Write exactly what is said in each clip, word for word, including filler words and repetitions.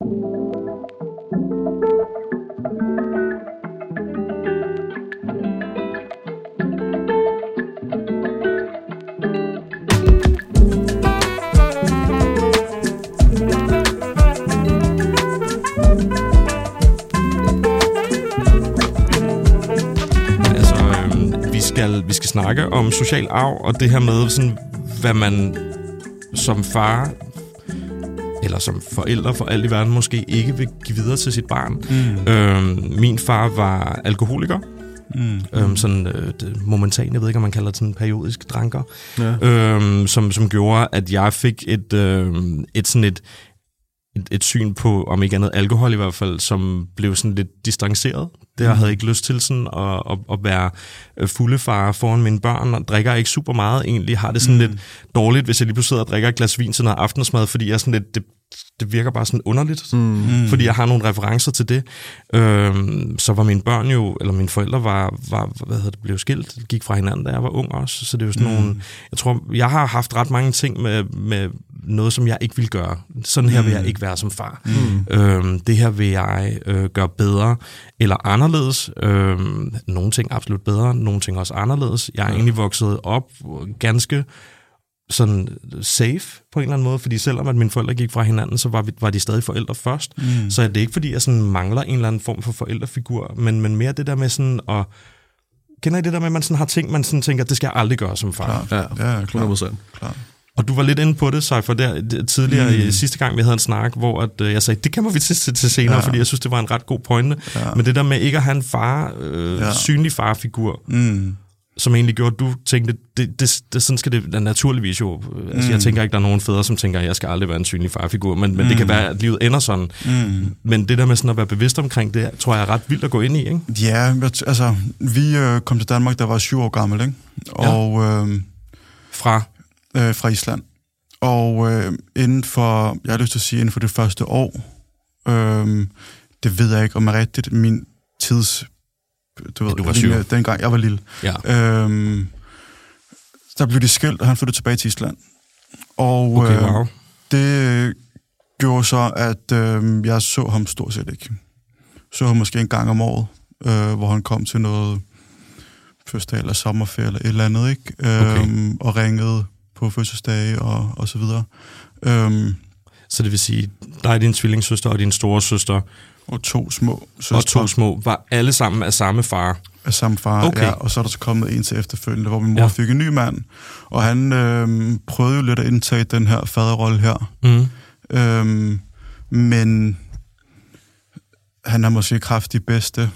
Vi skal snakke om social arv, og det her med, sådan, hvad man som far eller som forældre for alt i verden måske ikke vil give videre til sit barn. Mm. Øhm, min far var alkoholiker. Mm. Øhm, sådan øh, momentan, jeg ved ikke, om man kalder det sådan periodisk dranker, ja. øhm, som, som gjorde, at jeg fik et, øh, et sådan et Et, et syn på, om ikke andet alkohol i hvert fald, som blev sådan lidt distanceret. Det jeg havde ikke lyst til sådan at, at, at være fuldefar foran mine børn, og drikker ikke super meget egentlig, har det sådan mm. lidt dårligt, hvis jeg lige pludselig sidder og drikker et glas vin til noget aftensmad, fordi jeg sådan lidt, det, det virker bare sådan underligt, mm. fordi jeg har nogle referencer til det. Øhm, så var mine børn jo, eller mine forældre var, var hvad hedder det, blev skilt, gik fra hinanden, da jeg var ung også, så det er jo sådan mm. nogle, jeg tror, jeg har haft ret mange ting med, med noget, som jeg ikke vil gøre. Sådan her vil jeg ikke være som far. Mm. Øhm, det her vil jeg øh, gøre bedre, eller anderledes. Øhm, nogle ting absolut bedre, nogle ting også anderledes. Jeg er ja. egentlig vokset op ganske sådan safe på en eller anden måde, fordi selvom at mine forældre gik fra hinanden, så var, vi, var de stadig forældre først. Mm. Så det er ikke, fordi jeg sådan mangler en eller anden form for forældrefigur, men, men mere det der med sådan at... Kender I det der med, at man sådan har ting, man sådan tænker, det skal jeg aldrig gøre som far? Klar. Ja, ja, hundrede procent. Klar. Og du var lidt inde på det, Cypher, der tidligere, mm. sidste gang vi havde en snak, hvor at, øh, jeg sagde, det kommer vi til, til, til senere, ja. fordi jeg synes, det var en ret god pointe. Ja. Men det der med ikke at have en far, øh, ja. synlig farfigur, mm. som egentlig gjorde, at du tænkte, det, det, det, sådan skal det naturligvis jo. Altså, mm. Jeg tænker ikke, der er nogen fædre, som tænker, at jeg skal aldrig være en synlig farfigur, men, men mm. det kan være, at livet ender sådan. Mm. Men det der med sådan at være bevidst omkring det, tror jeg er ret vildt at gå ind i, ikke? Ja, altså, vi øh, kom til Danmark, der var syv år gammel, ikke? Og... Øh, fra? Øh, fra Island. Og øh, inden for, jeg har lyst til at sige, inden for det første år, øh, det ved jeg ikke, om er rigtigt, min tids, du ved, ja, du var syv. Dengang jeg var lille, ja. øh, der blev de skilt, og han flyttede tilbage til Island. Og okay, wow. øh, det gjorde så, at øh, jeg så ham stort set ikke. Så ham måske en gang om året, øh, hvor han kom til noget fødselsdag eller sommerferie eller et eller andet, ikke? Okay. Øhm, og ringede på fødselsdage og, og så videre. Øhm, så det vil sige, dig, din tvillingssøster og din store søster og to små søstre. Og to små, var alle sammen af samme far? Af samme far, okay. ja. Og så er der så kommet en til efterfølgende, hvor min mor ja. fik en ny mand, og han øhm, prøvede jo lidt at indtage den her faderrolle her. Mm. Øhm, men han er måske kraftig bedste.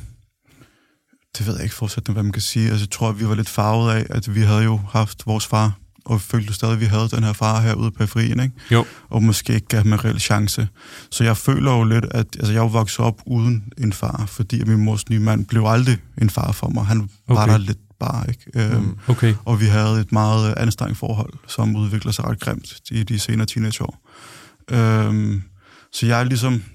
Det ved jeg ikke fortsættende, hvad man kan sige. Altså, jeg tror, at vi var lidt farvet af, at vi havde jo haft vores far, og vi følte stadig, at vi havde den her far herude på periferien, ikke? Jo. Og måske ikke gav ham en reel chance. Så jeg føler jo lidt, at altså, jeg var vokset op uden en far, fordi at min mors nye mand blev aldrig en far for mig. Han okay. var der lidt bare, ikke? Øhm, okay. Og vi havde et meget anstrengt forhold, som udvikler sig ret grimt i de senere teenageår. Øhm, så jeg er ligesom...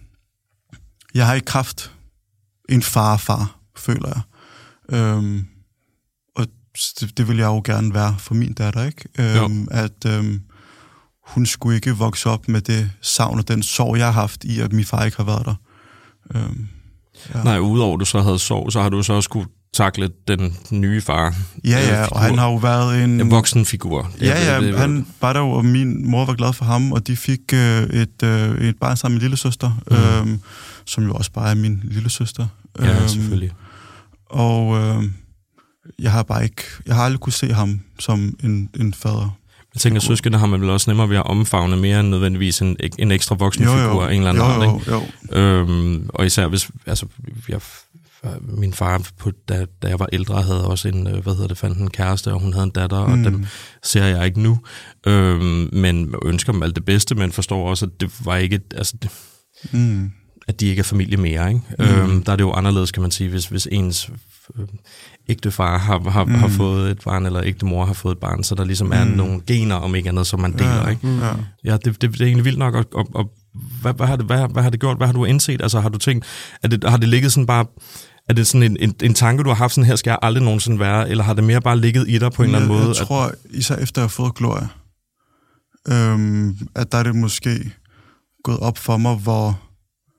Jeg har ikke kraft en far-far, føler jeg. Øhm, og det, det vil jeg jo gerne være for min datter, ikke? Øhm, at øhm, hun skulle ikke vokse op med det savn og den sorg, jeg har haft i, at min far ikke har været der. Øhm, ja. Nej, udover at du så havde sorg, så har du så også kunne takle den nye far. Ja, ja, figur. Og han har jo været en... En voksen figur. Ja, ja, det, det, han var der jo, og min mor var glad for ham, og de fik øh, et, øh, et barn sammen med min lillesøster, mm. øhm, som jo også bare er min lillesøster. Ja, øhm, selvfølgelig. Og øh, jeg har bare ikke, jeg har aldrig kunne se ham som en, en fader. Jeg tænker, søskende har man vel også nemmere ved at omfavne mere end nødvendigvis en, en ekstra voksen jo, jo. figur af en eller anden jo, art, ikke? Jo, jo. Øhm, og især hvis, altså, jeg, min far, på, da, da jeg var ældre, havde også en, hvad hedder det, fandt en kæreste, og hun havde en datter, mm. og dem ser jeg ikke nu. Øhm, men ønsker dem alt det bedste, men forstår også, at det var ikke, altså, det, mm. at de ikke er familie mere, ikke? Mm. Øhm, der er det jo anderledes, kan man sige, hvis, hvis ens øh, ægtefar har, har, mm. har fået et barn, eller ægtemor har fået et barn, så der ligesom er mm. nogle gener, om ikke andet, som man deler, ja, ikke? Ja, ja det, det, det er egentlig vildt nok, og, og, og hvad, hvad, har det, hvad, hvad har det gjort? Hvad har du indset? Altså, har du tænkt, at det, har det ligget sådan bare... Er det sådan en, en, en tanke, du har haft sådan, her skal jeg aldrig nogensinde være, eller har det mere bare ligget i dig på en jeg, eller anden måde? Jeg tror, at... især efter jeg har fået Gloria, øhm, at der er det måske gået op for mig, hvor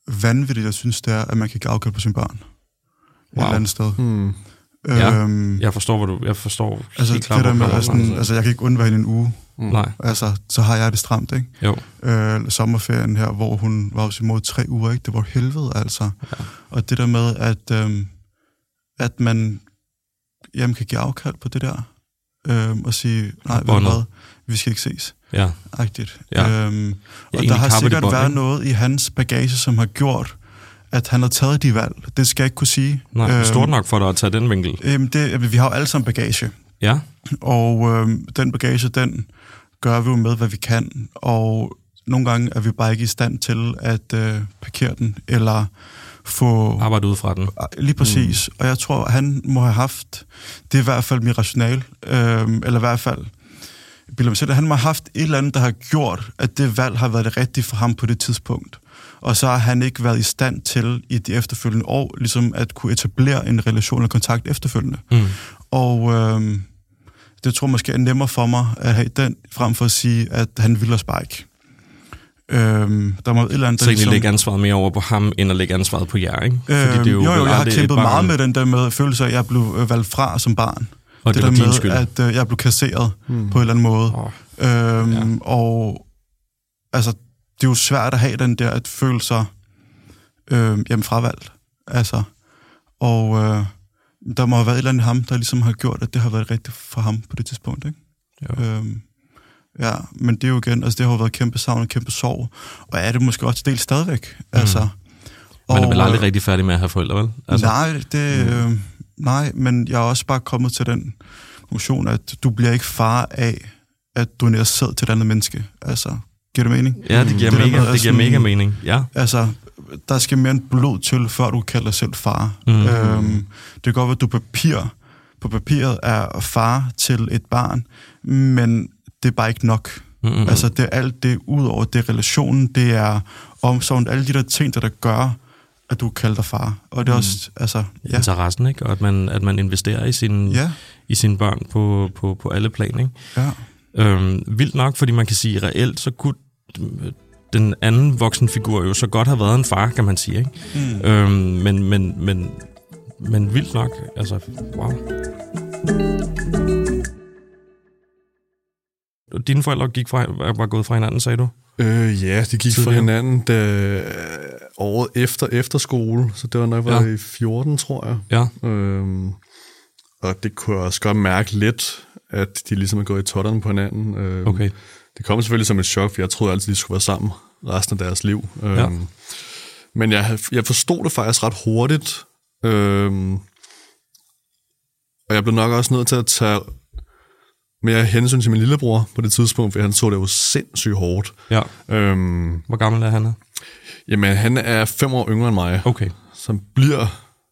vanvittigt, jeg synes, det er, at man kan give afkald på sine børn. Wow. Et eller andet sted. Mm. Ja, øhm, jeg forstår, hvad du... Jeg forstår altså, helt klart, det der med, hvor altså, sådan, altså, jeg kan ikke undvære hende en uge. Mm. Nej. Altså, så har jeg det stramt, ikke? Jo. Øh, sommerferien her, hvor hun var hos imod tre uger, ikke? Det var helvede, altså. Ja. Og det der med, at, øhm, at man jamen, kan give afkald på det der, øhm, og sige, nej, ved du hvad, vi skal ikke ses. Ja. Agtigt. Ja. Øhm, og der har sikkert været ikke? noget i hans bagage, som har gjort, at han har taget de valg. Det skal jeg ikke kunne sige. Nej, øhm, stort nok for dig at tage den vinkel. Øhm, det, vi har jo alle sammen bagage. Ja. Og øhm, den bagage, den gør vi jo med, hvad vi kan. Og nogle gange er vi bare ikke i stand til at øh, parkere den, eller få... arbejde ud fra den. Lige præcis. Mm. Og jeg tror, han må have haft... Det er i hvert fald mit rationale. Øhm, eller i hvert fald... Han må have haft et eller andet, der har gjort, at det valg har været det rigtige for ham på det tidspunkt. Og så har han ikke været i stand til i de efterfølgende år, ligesom at kunne etablere en relation eller kontakt efterfølgende. Mm. Og øhm, det tror jeg måske er nemmere for mig at have den, frem for at sige, at han vil os bare ikke. Øhm, der må et eller andet, så egentlig ligesom, lægge ansvaret mere over på ham, end at lægge ansvaret på jer, ikke? Fordi øhm, det er jo, jo, jo, jeg har kæmpet meget med den der med følelse af, at jeg blev valgt fra som barn. Og det, det det der var med, din skyld. at øh, jeg blev kasseret mm. på en eller anden måde. Oh. Øhm, ja. Og altså, det er jo svært at have den der, at føle sig øh, jamen, fravalgt. Altså, og øh, der må have været et eller andet i ham, der ligesom har gjort, at det har været rigtigt for ham på det tidspunkt, ikke? Øhm, ja, men det er jo igen, altså det har jo været kæmpe savn og kæmpe sorg, og er det måske også del stadigvæk, mm. altså. Man er vel aldrig øh, rigtig færdig med at have forældre, vel? Altså. Nej, det... Øh, nej, men jeg er også bare kommet til den konklusion, at du bliver ikke far af at donere sæd til et andet menneske. Altså, giver det mening? Ja, det giver, det mega, med, det giver mega mening, ja. Altså, der skal mere end blod til, før du kalder dig selv far. Mm. Øhm, det kan godt være, at du papir, på papiret er far til et barn, men det er bare ikke nok. Mm-hmm. Altså, det er alt det ud over det relationen, det er omsorgen, alle de der ting, der, der gør, at du kalder dig far. Og det er også, mm. altså... Ja. Interessen, ikke? Og at man, at man investerer i sine ja. i sine børn på, på, på alle plan, ikke? Ja. Øhm, vildt nok, fordi man kan sige, reelt, så kunne den anden voksenfigur jo så godt have været en far, kan man sige, ikke? Mm. Øhm, men, men, men, men vildt nok, altså, wow. Dine forældre gik fra, var gået fra hinanden, sagde du? Øh, ja, de gik fra hinanden da, året efter efterskole, så det var nok været ja. i fjorten, tror jeg. Ja. Øhm, og det kunne jeg også godt mærke lidt, at de ligesom er gået i totterne på hinanden. Øhm, okay. Det kom selvfølgelig som et chok, for jeg troede altid, de skulle være sammen resten af deres liv. Øhm, ja. Men jeg, jeg forstod det faktisk ret hurtigt, øhm, og jeg blev nok også nødt til at tage mere hensyn til min lillebror på det tidspunkt, for han så det jo sindssygt hårdt. Ja. Øhm, Hvor gammel er han? Jamen, han er fem år yngre end mig. Okay. Som bliver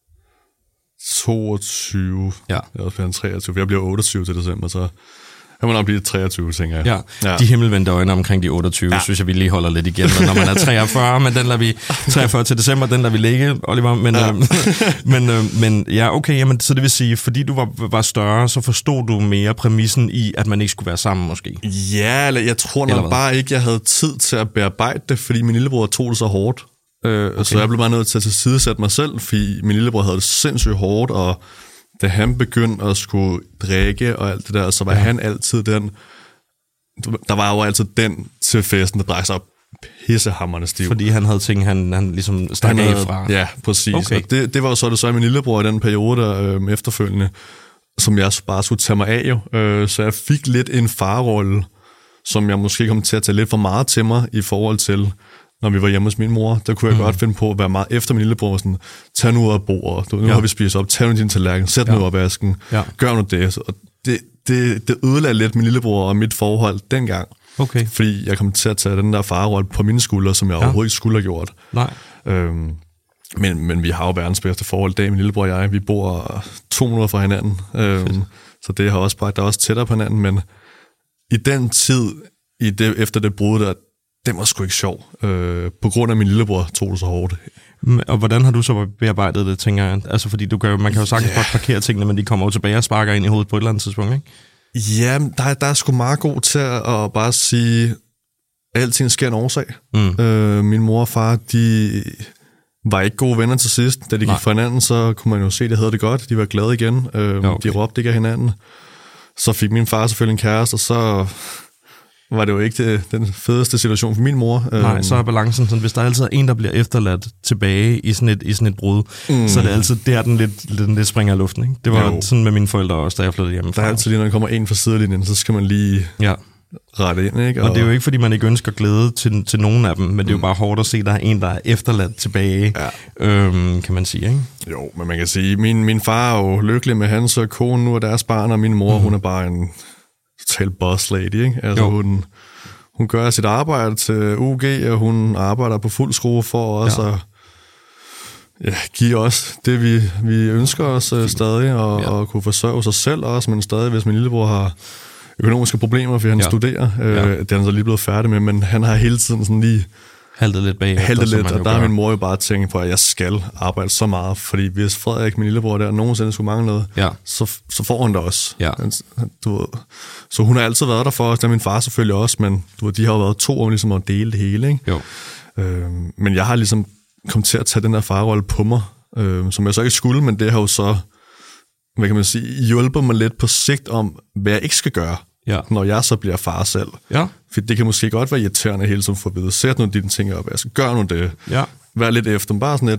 toogtyve. Ja. Jeg er også treogtyve, for jeg bliver otteogtyve til december, så han må nok blive treogtyve, tænker jeg. Ja, ja. De himmelvendte øjne omkring de otteogtyve, ja. Synes jeg, vi lige holder lidt igen. Når man er treogfyrre, men den lader vi treogfyrre til december, den lader vi ligge, Oliver. Men, ja. øh, men, øh, men ja, okay, jamen, så det vil sige, fordi du var, var større, så forstod du mere præmissen i, at man ikke skulle være sammen, måske? Ja, eller jeg tror nok bare ikke, jeg havde tid til at bearbejde det, fordi min lillebror tog det så hårdt. Øh, okay. Så jeg blev bare nødt til at tilsidesætte mig selv, fordi min lillebror havde det sindssygt hårdt, og da han begyndte at skulle drikke og alt det der, så var ja. han altid den, der var jo altid den til festen, der drejede sig op pissehammerende stiv. Fordi han havde ting, han, han ligesom stak af fra. Ja, præcis. Okay. Og det, det var jo så det så min lillebror i den periode der, øh, efterfølgende, som jeg bare skulle tage mig af jo. Øh, så jeg fik lidt en farrolle, som jeg måske kom til at tage lidt for meget til mig i forhold til, når vi var hjemme hos min mor, der kunne jeg mm. godt finde på at være meget efter min lillebror, sådan, tag nu ud af bordet, nu ja. har vi spist op, tag nu din tallerken, sæt ja. nu op vasken, ja. gør nu det. Og det, det, det ødelagde lidt min lillebror og mit forhold dengang, okay. fordi jeg kom til at tage den der farrolle på mine skuldre, som jeg ja. overhovedet ikke skulle have gjort. Nej. Øhm, men, men vi har jo verdens bedste forhold i dag, min lillebror og jeg, vi bor to minutter fra hinanden, øhm, så det har også bragt der også tættere på hinanden, men i den tid, i det, efter det brud der, det var sgu ikke sjov. Øh, på grund af min lillebror tog det så hårdt. Og hvordan har du så bearbejdet det, tænker jeg? Altså, fordi du kan, man kan jo sagtens yeah. godt parkere tingene, men de kommer jo tilbage og sparker ind i hovedet på et eller andet tidspunkt, ikke? Ja, der, der er sgu meget god til at bare sige, at alting sker en årsag. Mm. Øh, min mor og far, de, var ikke gode venner til sidst. Da de Nej. gik fra hinanden, så kunne man jo se, at de havde det godt. De var glade igen. Øh, okay. De råbte ikke af hinanden. Så fik min far selvfølgelig en kæreste, og så var det jo ikke det, den fedeste situation for min mor. Nej, så er balancen sådan, hvis der altid er en, der bliver efterladt tilbage i sådan et, i sådan et brud, mm. så er det altid der, den lidt, den lidt springer i luften. Ikke? Det var jo. Sådan med mine forældre også, da jeg flyttede hjemmefra. Der er altid lige, når der kommer en fra sidelinjen, så skal man lige ja. rette ind. Ikke? Og, og det er jo ikke, fordi man ikke ønsker glæde til, til nogen af dem, men det er jo bare hårdt at se, at der er en, der er efterladt tilbage, ja. øhm, kan man sige. Ikke? Jo, men man kan sige, min, min far er jo lykkelig med hans kone nu og deres barn, og min mor, mm. hun er bare en total boss lady. Ikke? Altså, hun, hun gør sit arbejde til U G, og hun arbejder på fuld skrue for os ja. at ja, give os det, vi, vi ønsker os uh, stadig, og, ja. og kunne forsørge sig selv også, men stadig, hvis min lillebror har økonomiske problemer, fordi han ja. studerer. Øh, ja. Det er han så lige blevet færdig med, men han har hele tiden sådan lige haltet lidt bag. Haltet lidt, og der har min mor jo bare tænkt på, at jeg skal arbejde så meget, fordi hvis Frederik, min lillebror der, nogensinde skulle mangle noget, ja. så, så får han det også. Ja. Du ved. Så hun har altid været der for os, der min far selvfølgelig også, men du ved, de har jo været to år ligesom at dele det hele. Ikke? Jo. Øh, men jeg har ligesom kommet til at tage den der farrolle på mig, øh, som jeg så ikke skulle, men det har jo så, hvad kan man sige, hjulpet mig lidt på sigt om, hvad jeg ikke skal gøre. Ja. Når jeg så bliver far selv. Ja. For det kan måske godt være irriterende hele tiden for at vide. Sæt nogle af dine ting op. Altså, gør nu det. Ja. Vær lidt efter. Bare sådan et,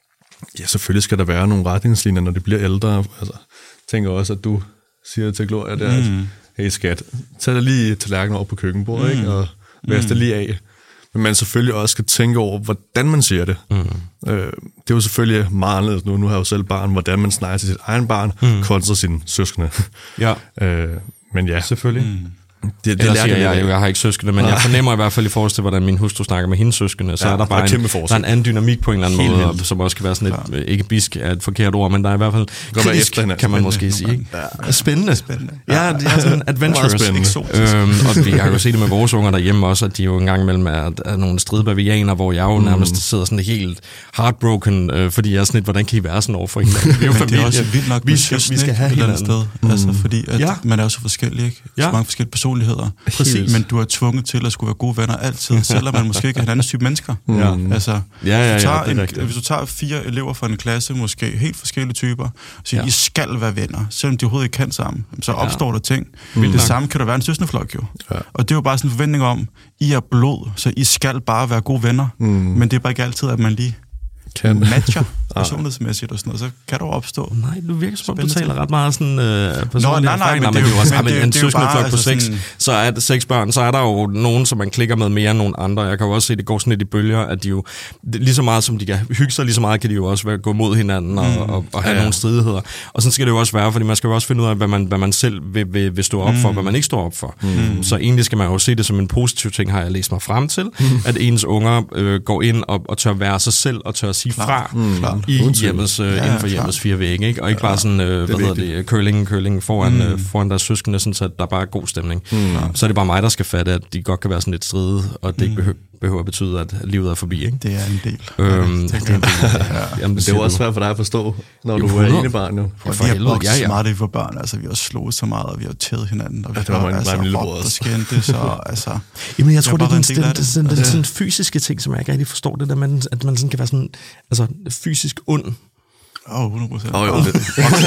ja, selvfølgelig skal der være nogle retningslinjer, når de bliver ældre. Altså, tænker også, at du siger til Gloria, der, mm. at hey skat, tag dig lige tallerkenen over på køkkenbordet, mm. ikke? Og vask det lige af. Men man selvfølgelig også skal tænke over, hvordan man siger det. Mm. Øh, det er jo selvfølgelig meget anderledes nu. Nu har jeg jo selv barn, hvordan man snakker til sit egen barn, mm. kontra sine søskende. Ja. øh, Men ja, selvfølgelig. Mm. Det, det siger jeg, jeg, jeg har ikke søskende, men ah. jeg fornemmer i hvert fald i forhold til, hvordan min hustru snakker med hendes søskende, så ja, er der bare der er en, der er en anden dynamik på en eller anden Helt måde, vildt. Som også kan være sådan et, ikke bisk er et forkert ord, men der er i hvert fald kritisk, kan man spændende. Måske sige. Ja. Spændende. Spændende. Ja, det er sådan adventurous. Øhm, og vi har jo set det med vores unger derhjemme også, at de jo engang imellem er, er nogle stridbavianer, hvor jeg jo mm. nærmest sidder sådan helt heartbroken, øh, fordi jeg er sådan lidt, hvordan kan I være sådan over for hinanden? Det er jo familie. Det er også vildt nok, vi skal have hinanden. Sted. Altså, fordi man er jo så forskellig, ikke? Så mange forskellige personligheder. Præcis. Men du er tvunget til at skulle være gode venner altid, selvom man måske ikke er en anden type mennesker. Ja. Altså, ja, ja, ja, hvis, du tager en, hvis du tager fire elever fra en klasse, måske helt forskellige typer, så ja. I skal være venner, selvom de overhovedet ikke kan sammen, så opstår ja. Der ting. Mm. Det samme kan der være en søskendeflok jo. Ja. Og det er jo bare sådan en forventning om, I er blod, så I skal bare være gode venner. Mm. Men det er bare ikke altid, at man lige kan matcher personlighedsmæssigt og sådan noget, så kan der opstå. Nej, du virker som om, du taler ret meget sådan øh, personlige erfaringer, men det er jo også, men det, en søskendeflok på seks, sådan... så er det seks børn, så er der jo nogen, som man klikker med mere end nogen andre. Jeg kan jo også se, at det går sådan lidt i bølger, at de jo, lige så meget som de kan hygge sig, lige så meget kan de jo også være, gå mod hinanden og, mm. og, og have ja. Nogle stridigheder. Og sådan skal det jo også være, fordi man skal jo også finde ud af, hvad man, hvad man selv vil, vil, vil stå op mm. for, hvad man ikke står op for. Mm. Så egentlig skal man jo se det som en positiv ting, har jeg læst mig frem til, mm. at ens unger øh, går ind og, og tør være sig selv og tør sige fra mm. i hjemmes, øh, ja, inden for hjemmes fire vægge, ikke? Og ikke bare sådan, øh, hvad hedder det, curling, curling foran, mm. øh, foran deres søskende, sådan, så der bare er god stemning. Mm. Så er det bare mig, der skal fatte, at de godt kan være sådan lidt stride, og det ikke behøver, behøver at betyde, at livet er forbi, ikke? Det er en del. Øhm, det, det, er en del. Ja. Jamen, det, det er jo også svært for dig at forstå, når jo, du er enebarn nu. Og vi har vokset ja, ja. Smart i for børn, altså vi har slået så meget, og vi har tævet hinanden, og vi ja, har altså råbt og skændte, så altså... Jamen jeg tror, det er den, den, den, den, den sådan fysiske ting, som jeg ikke rigtig forstår, det der med, at man sådan kan være sådan, altså fysisk ond. Åh, oh, hundrede procent. Åh, jo, det,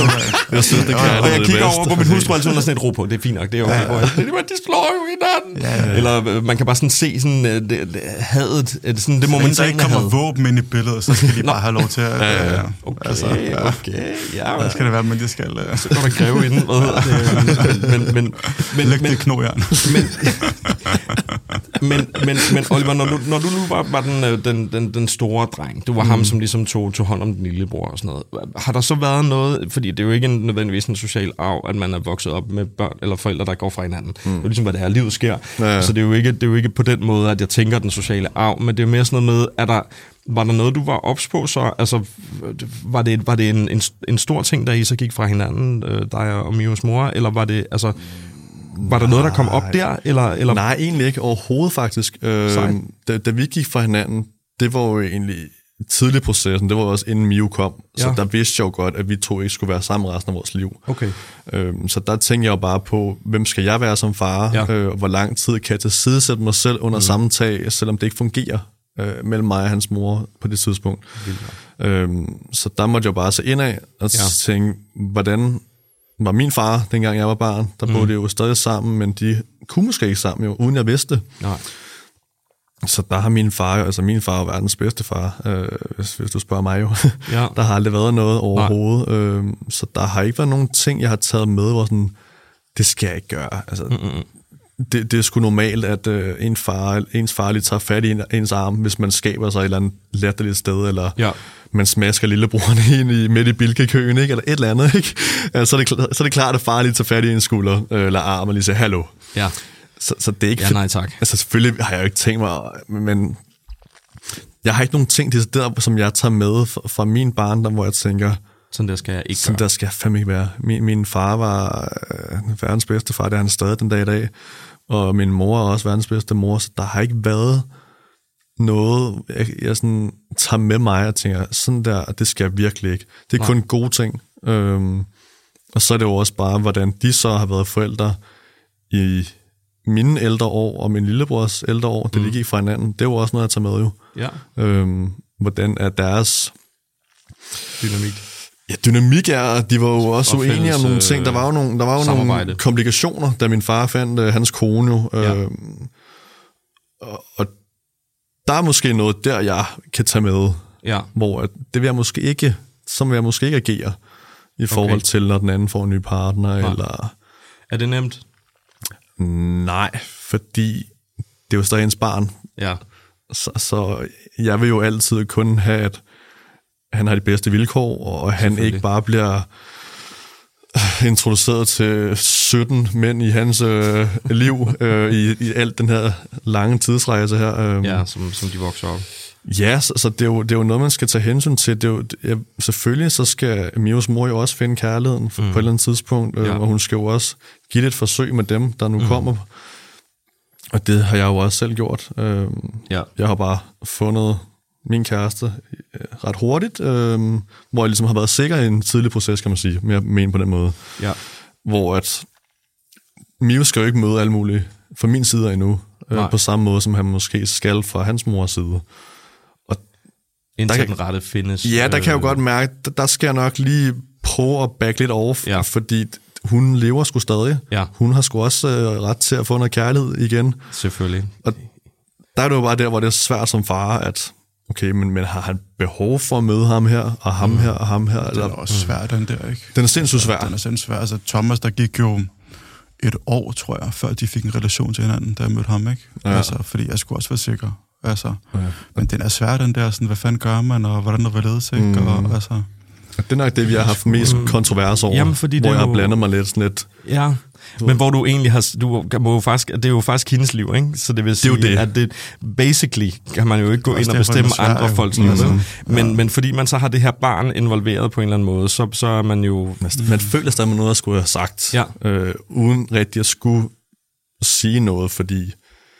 jeg synes, det kan og jeg kigger over på min hustru, altså hun er sådan et ro på, det er fint nok, det er okay, ja, ja. Hvor de slår jo hinanden. Ja, ja. Eller man kan bare sådan se sådan, det, det, hadet, det, sådan det moment, der ikke kommer had. Våben ind i billedet, så skal de bare have lov til at... Ja, ja. Okay, altså, ja. okay, ja. Der skal det være, men det skal... Uh... Så går der greve inden, hvad hedder det? Men, men, men, Læg det knogjern. Men, men, men, men Oliver, når du, når du nu var, var den, den, den, den store dreng, du var mm. ham, som ligesom tog, tog hånd om den lillebror og sådan noget. Har der så været noget, fordi det er jo ikke en, nødvendigvis en social arv, at man er vokset op med børn eller forældre, der går fra hinanden. Mm. Det er ligesom, hvad det her livet sker. Ja, ja. Så det er, jo ikke, det er jo ikke på den måde, at jeg tænker den sociale arv, men det er jo mere sådan noget med, at der, var der noget, du var ops på så? Altså, var det, var det en, en, en stor ting, da I så gik fra hinanden, dig og Mios mor, eller var det, altså... Var der noget, der kom op der? Eller, eller? Nej, egentlig ikke overhovedet faktisk. Øh, da, da vi gik fra hinanden, det var jo egentlig tidlig processen. Det var også inden Mio kom. Ja. Så der vidste jeg jo godt, at vi to ikke skulle være sammen resten af vores liv. Okay. Øh, så der tænkte jeg jo bare på, hvem skal jeg være som far? Ja. Øh, hvor lang tid kan jeg tilsidesætte mig selv under mm. samme tag, selvom det ikke fungerer øh, mellem mig og hans mor på det tidspunkt. Øhm, så der måtte jeg bare se indad og ja. tænke, hvordan var min far, dengang jeg var barn, der mm. boede de jo stadig sammen, men de kunne måske ikke sammen, jo, uden jeg vidste. Nej. Så der har min far, altså min far er verdens bedste far, øh, hvis, hvis du spørger mig jo. Ja. Der har aldrig været noget overhovedet. Øh, så der har ikke været nogen ting, jeg har taget med, hvor sådan, det skal jeg ikke gøre. Altså, det, det er sgu normalt, at øh, en far, ens far lige tager fat i en, ens arm, hvis man skaber sig et eller andet latterligt sted, eller ja. man smasker lillebroren ind i, midt i bilkekøen, ikke? Eller et eller andet. Ikke? Altså, så, er det, så er det klart, at far lige tager fat i en skulder, øh, eller arm, og lige siger, hallo. Ja. Så, så det er ikke... Ja, nej tak. Altså selvfølgelig har jeg jo ikke tænkt mig, men jeg har ikke nogen ting, det der, som jeg tager med fra, fra min barndom, hvor jeg tænker... Sådan der skal jeg ikke Sådan gøre. der skal jeg fandme ikke være. Min, min far var øh, verdens bedste far, det er han stadig den dag i dag, og min mor er også verdens bedste mor, så der har ikke været noget, jeg, jeg sådan tager med mig og tænker, sådan der, det skal jeg virkelig ikke. Det er nej. kun gode ting. Øhm, og så er det jo også bare, hvordan de så har været forældre i... mine ældre år og min lillebrors ældre år, det mm. ligger fra hinanden, det er jo også noget, jeg tager med jo. Ja. Øhm, hvordan er deres... Dynamik. Ja, dynamik er, de var jo også og uenige om nogle ting. Der var jo nogle, der var jo nogle komplikationer, da min far fandt uh, hans kone jo. Ja. Øhm, og, og der er måske noget der, jeg kan tage med, ja. hvor det vil jeg måske ikke, som vil jeg måske ikke agere i forhold okay. til, når den anden får en ny partner. Nej. Eller... Er det nemt? Nej, fordi det er jo stadig ens barn. Ja. Så, så jeg vil jo altid kun have, at han har de bedste vilkår, og han ikke bare bliver introduceret til sytten mænd i hans øh, liv øh, i, i alt den her lange tidsrejse her. Øh. Ja, som, som de vokser op. Ja, så, så det, er jo, det er jo noget, man skal tage hensyn til. Det er jo, ja, selvfølgelig så skal Mios mor jo også finde kærligheden mm. på et eller andet tidspunkt, øh, ja. og hun skal jo også give det et forsøg med dem, der nu mm. kommer. Og det har jeg jo også selv gjort. Øh, ja. Jeg har bare fundet min kæreste øh, ret hurtigt, øh, hvor jeg ligesom har været sikker i en tidlig proces, kan man sige, med at mene på den måde. Ja. Hvor at Mio skal jo ikke møde alle mulige fra min side endnu, øh, på samme måde, som han måske skal fra hans mors side. Og indtil der den rette findes. Ja, der kan jeg jo godt mærke, der, der skal jeg nok lige prøve at back lidt off, ja. fordi hun lever sgu stadig. Ja. Hun har sgu også øh, ret til at få noget kærlighed igen. Selvfølgelig. Og der er det jo bare der, hvor det er svært som far, at okay, men, men har han behov for at møde ham her, og ham mm. her, og ham her? Den eller? er også svær, den der, ikke? Den er sindssygt svær. Den er sindssygt svær. Altså, Thomas, der gik jo et år, tror jeg, før de fik en relation til hinanden, da jeg mødte ham, ikke? Ja. Altså, fordi jeg skulle også være sikker. Altså, ja. Men den er svær, den der, sådan, hvad fanden gør man, og hvordan der var ledes, ikke? Mm. Og, altså, det er nok det, vi har haft mest kontrovers over, jamen, fordi hvor jeg har blandet mig lidt sådan lidt. Ja, men hvor du egentlig har, du må jo faktisk, det er jo faktisk hendes liv, ikke? Så det vil sige, det det. at det, basically kan man jo ikke gå ind og bestemme andre folks liv. Mm-hmm. Men, ja. men fordi man så har det her barn involveret på en eller anden måde, så, så er man jo... Man, man føler stadig med noget, at skulle have sagt, ja. øh, uden rigtig at skulle sige noget, fordi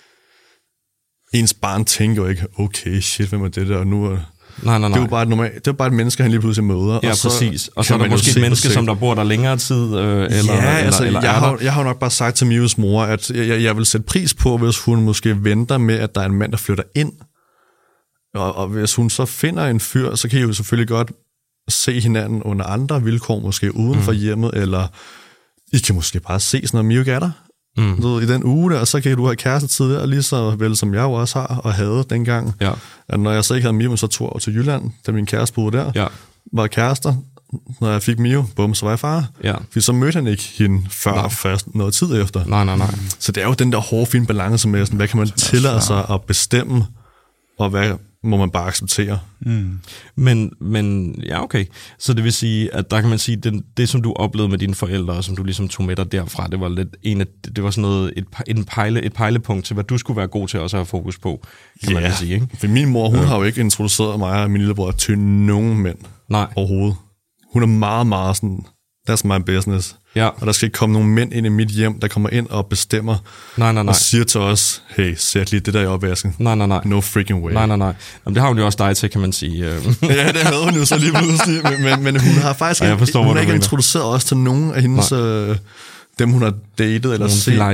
ens barn tænker jo ikke, okay, shit, hvem er det der, og nu er... Nej, nej, nej. Det er jo bare et, normalt, det er bare et menneske, han lige pludselig møder. Ja, og så præcis. Og så er der måske et menneske, som der bor der længere tid. Øh, eller, ja, eller, altså, eller jeg, har, jeg har jo nok bare sagt til Mios mor, at jeg, jeg vil sætte pris på, hvis hun måske venter med, at der er en mand, der flytter ind. Og, og hvis hun så finder en fyr, så kan I jo selvfølgelig godt se hinanden under andre vilkår, måske uden for mm. hjemmet, eller I kan måske bare ses, når Mio er der. Mm. Så i den uge der, og så kan du have kærestetid der, lige så vel som jeg jo også har og havde dengang. Ja. At når jeg så ikke havde Mio, så tog jeg over til Jylland, da min kæreste boede der, ja. var kærester. Når jeg fik Mio, bum, så var jeg far. Ja. For så mødte han ikke hende før nej. først noget tid efter. Nej, nej, nej. Så det er jo den der hårde, fine balance med, sådan, hvad kan man tillade sig at bestemme, og hvad må man bare acceptere. Mm. Men, men ja, okay. Så det vil sige, at der kan man sige, det, det som du oplevede med dine forældre, og som du ligesom tog med dig derfra, det var lidt en af, det var sådan noget, et, en pejle, et pejlepunkt til, hvad du skulle være god til også at have fokus på, kan yeah. man sige, ikke? For min mor, hun ja. har jo ikke introduceret mig og min lillebror til nogen mænd. Nej. Overhovedet. Hun er meget, meget sådan, that's my business. Ja. Og der skal ikke komme nogen mænd ind i mit hjem, der kommer ind og bestemmer, nej, nej, nej. og siger til os, hey, sæt lige det der i opvasken. Nej, nej, nej. No freaking way. Nej, nej, nej. Jamen, det har hun jo også dig til, kan man sige. Ja, det havde hun jo så lige pludselig. Men, men, men hun har faktisk ikke, forstår, hun har ikke introduceret os til nogen af hendes, øh, dem hun har datet eller set. Bliser.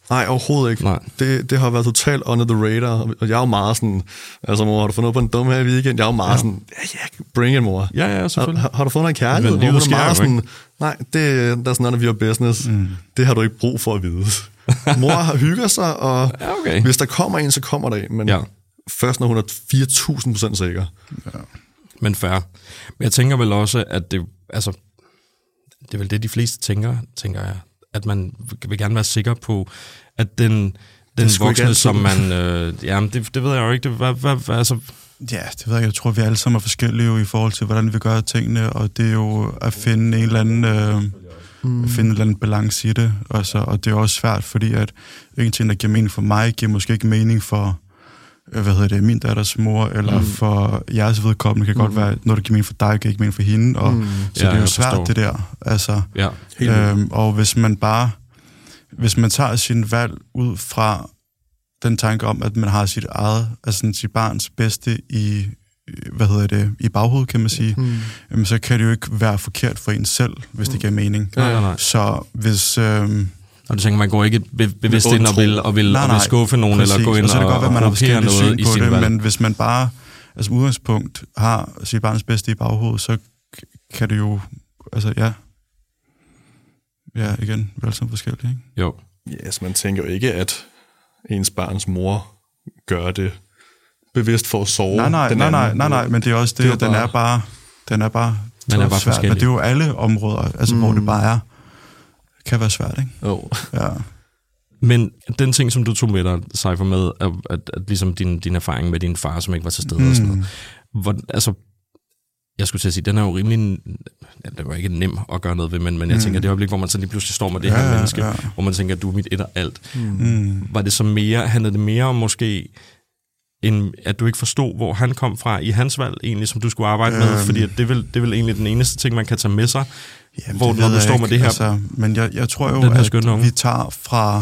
Nej, overhovedet ikke. Nej. Det, det har været totalt under the radar, og jeg er jo meget sådan, altså mor, har du fundet noget på en dum her i weekend? Jeg er jo meget ja. sådan, ja, ja, bring it, mor. Ja, ja, selvfølgelig. Har, har du fundet en kærlighed? Men livet sker jo, sådan, nej, det, that's none of your business. Mm. Det har du ikke brug for at vide. Mor hygger sig, og ja, okay. hvis der kommer en, så kommer der en, men ja. først når hun er fire tusind procent sikker. Ja. Men fair. Men jeg tænker vel også, at det, altså, det er vel det, de fleste tænker, tænker jeg, at man vil gerne være sikker på, at den, den voksne, som man... Øh, jamen, det, det ved jeg jo ikke. Det, hvad, hvad, hvad, altså... Ja, det ved jeg. Jeg tror, vi alle sammen er forskellige jo, i forhold til, hvordan vi gør tingene, og det er jo at finde en eller anden... Øh, mm. at finde en eller anden balance i det. Altså, og det er også svært, fordi at en ting, der giver mening for mig, giver måske ikke mening for... hvad hedder det, min datters mor, eller mm. for jeres vedkommende, kan mm. godt være noget, der giver mening for dig, kan ikke mening for hende, og, mm. så ja, det er jo svært, forstår. Det der. Altså, ja, øhm, og hvis man bare, hvis man tager sin valg ud fra den tanke om, at man har sit eget, altså sit barns bedste i, hvad hedder det, i baghovedet, kan man sige, mm. jamen, så kan det jo ikke være forkert for en selv, hvis det giver mening. Ja, ja, nej. Så hvis... Øhm, Og du tænker, man går ikke bevidst ind og vil, og vil, nej, nej, og vil skuffe nogen, præcis, eller gå ind og, og, så det og, godt, og man blokere noget i sin det, valg. Men hvis man bare, altså udgangspunkt, har sit barns bedste i baghovedet, så kan det jo, altså ja, ja igen, være sådan forskelligt, ikke? Jo. Ja, yes, man tænker jo ikke, at ens barns mor gør det bevidst for at sove. Nej, nej, den nej, nej, nej, nej, men det er også det, det er den bare, er bare, den er bare, den er bare svært, forskellig. men det er jo alle områder, altså mm. hvor det bare er, kan være svært, ikke? Oh. Ja. Men den ting, som du tog med dig, Cypher, med, at, at, at ligesom din, din erfaring med din far, som ikke var til stede mm. og sådan noget, hvor, altså, jeg skulle til at sige, den er jo rimelig, ja, det var ikke nem at gøre noget ved, men, men jeg mm. tænker, det øjeblik, hvor man så lige pludselig står med det ja, her menneske, ja. hvor man tænker, at du er mit et og alt. Mm. Var det så mere, handlede det mere om måske, end at du ikke forstod, hvor han kom fra i hans valg, egentlig, som du skulle arbejde øhm. med, fordi det er, vel, det er vel egentlig den eneste ting, man kan tage med sig, jamen, hvor når du står ikke. med det her. Altså, men jeg, jeg tror jo, at vi tager fra,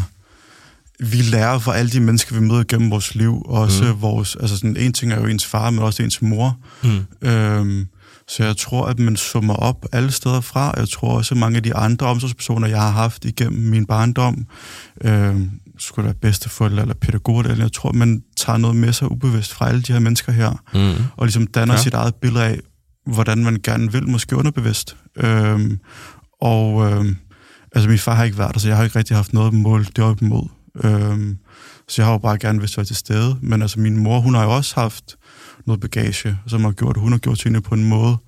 vi lærer fra alle de mennesker, vi møder gennem vores liv, også mm. vores, altså sådan, en ting er jo ens far, men også ens mor. Mm. Øhm, så jeg tror, at man summer op alle steder fra. Jeg tror også, at mange af de andre omsorgspersoner, jeg har haft igennem min barndom, øhm, skulle være bedsteforældre eller pædagoger, eller jeg tror, man tager noget med sig ubevidst fra alle de her mennesker her, mm. og ligesom danner ja. sit eget billede af, hvordan man gerne vil, måske underbevidst. Øhm, og øhm, altså, min far har ikke været der, så jeg har ikke rigtig haft noget mål deroppe imod. Øhm, så jeg har jo bare gerne vidst at være til stede. Men altså, min mor, hun har jo også haft noget bagage, som har gjort, hun har gjort tingene på en måde,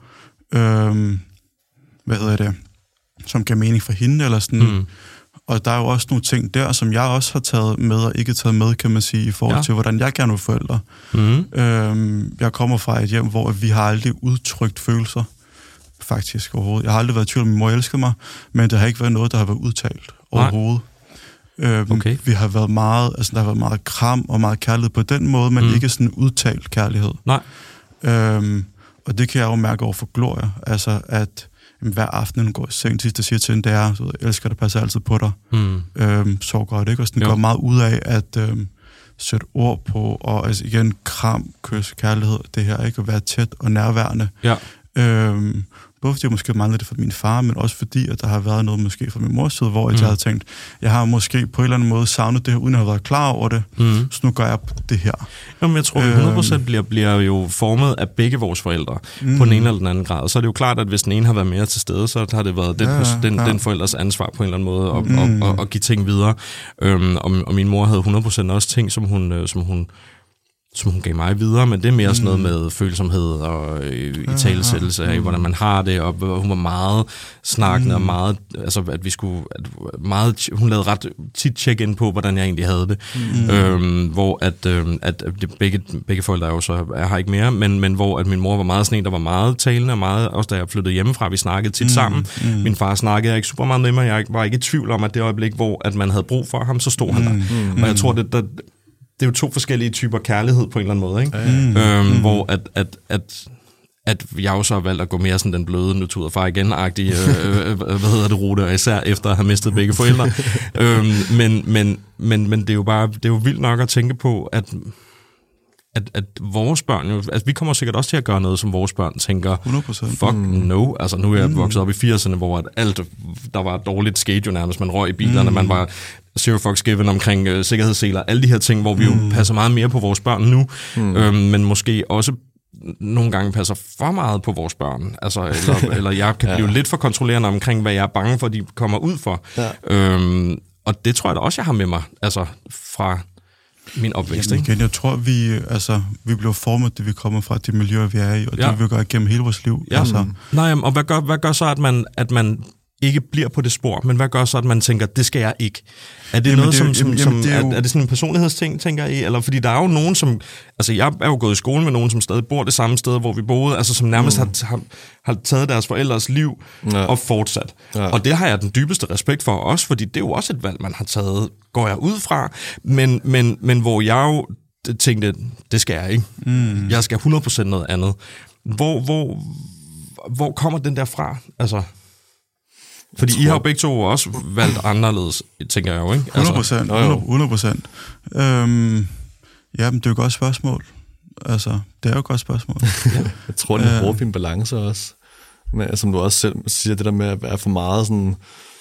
øhm, hvad hedder det, som gav mening for hende, eller sådan. Mm. Og der er jo også nogle ting der, som jeg også har taget med, og ikke taget med, kan man sige, i forhold ja. til, hvordan jeg gerne vil forældre. Mm. Øhm, jeg kommer fra et hjem, hvor vi har aldrig udtrykt følelser, faktisk overhovedet. Jeg har aldrig været i tvivl om, min mor elskede mig, men det har ikke været noget, der har været udtalt overhovedet. Øhm, okay. Vi har været meget, altså der har været meget kram og meget kærlighed på den måde, men mm. ikke sådan udtalt kærlighed. Nej. Øhm, og det kan jeg jo mærke over for Gloria, altså at jamen, hver aften, hun går i seng, sidst der siger til hende, det er, så jeg elsker dig, passer altid på dig. Mm. Øhm, så godt, ikke? Og sådan går meget ud af at øhm, sætte ord på, og altså igen, kram, kys, kærlighed, det her, ikke? At være tæt og nærværende. Ja. Øhm, både fordi jeg måske manglede det fra min far, men også fordi, at der har været noget måske fra min mors side, hvor mm. jeg havde tænkt, jeg har måske på en eller anden måde savnet det her, uden at have været klar over det, mm. så nu gør jeg det her. Jamen, jeg tror, at hundrede procent bliver, bliver jo formet af begge vores forældre, mm. på den ene eller den anden grad. Så er det jo klart, at hvis den ene har været mere til stede, så har det været den, ja, den, ja. den forældres ansvar på en eller anden måde, at mm. og, og, og give ting videre. Øhm, og, og min mor havde hundrede procent også ting, som hun... Som hun som hun gav mig videre, men det er mere sådan noget med følsomhed og øh, italesættelse af, hvordan man har det, og hun var meget snakkende, mm. og meget, altså at vi skulle, at meget, hun lavede ret tit check-in på, hvordan jeg egentlig havde det, mm. øhm, hvor at, øh, at begge, begge forældre er jo så, jeg har ikke mere, men, men hvor at min mor var meget sådan en, der var meget talende, og meget, også da jeg flyttede hjemmefra, vi snakkede tit mm. sammen. Mm. Min far snakkede ikke super meget med mig, jeg var ikke i tvivl om, at det øjeblik, hvor at man havde brug for ham, så stod han der. Mm. Og jeg tror, det der det er jo to forskellige typer kærlighed på en eller anden måde, ikke? Mm. Øhm, mm. Hvor at, at, at, at jeg også har valgt at gå mere sådan den bløde natur og far igen-agtige, øh, øh, hvad hedder det, rute, især efter at have mistet begge forældre. øhm, men, men, men, men det er jo bare, det er jo vildt nok at tænke på, at At, at vores børn jo, altså vi kommer sikkert også til at gøre noget, som vores børn tænker, hundrede procent fuck mm. no, altså nu er jeg vokset op i firserne, hvor at alt, der var dårligt skete jo nærmest, man røg i bilerne, mm. man var zero fucks given omkring øh, sikkerhedsseler, alle de her ting, hvor vi jo mm. passer meget mere på vores børn nu, mm. øhm, men måske også nogle gange passer for meget på vores børn. Altså, eller, eller jeg kan blive ja. lidt for kontrollerende omkring, hvad jeg er bange for, de kommer ud for. Ja. Øhm, og det tror jeg da også, jeg har med mig, altså fra min opvækst. Jamen, igen, jeg tror, vi, altså, vi bliver formet, det vi kommer fra, de miljøer, vi er i, og ja. det vi gør igennem hele vores liv. Ja. Altså. Nej, og hvad gør, hvad gør så, at man, at man ikke bliver på det spor, men hvad gør så, at man tænker, det skal jeg ikke? Er det jamen, noget, det, som, som, jamen, som det er, jo... er, er det sådan en personlighedsting, tænker I? Eller fordi der er jo nogen, som, altså jeg er jo gået i skole med nogen, som stadig bor det samme sted, hvor vi boede, altså som nærmest mm. har, har, har taget deres forældres liv ja. og fortsat. Ja. Og det har jeg den dybeste respekt for også, fordi det er jo også et valg, man har taget, går jeg ud fra, men, men, men hvor jeg jo tænkte, det skal jeg ikke. Mm. Jeg skal hundrede procent noget andet. Hvor, hvor, hvor kommer den der fra? Altså... Fordi tror... I har jo begge to også valgt anderledes, tænker jeg jo, ikke? hundrede procent, hundrede procent. Øhm, ja, men det er jo et godt spørgsmål. Altså, det er jo et godt spørgsmål. Ja. Jeg tror, det bruger fin balance også. Men, som du også selv siger, det der med at være for meget sådan...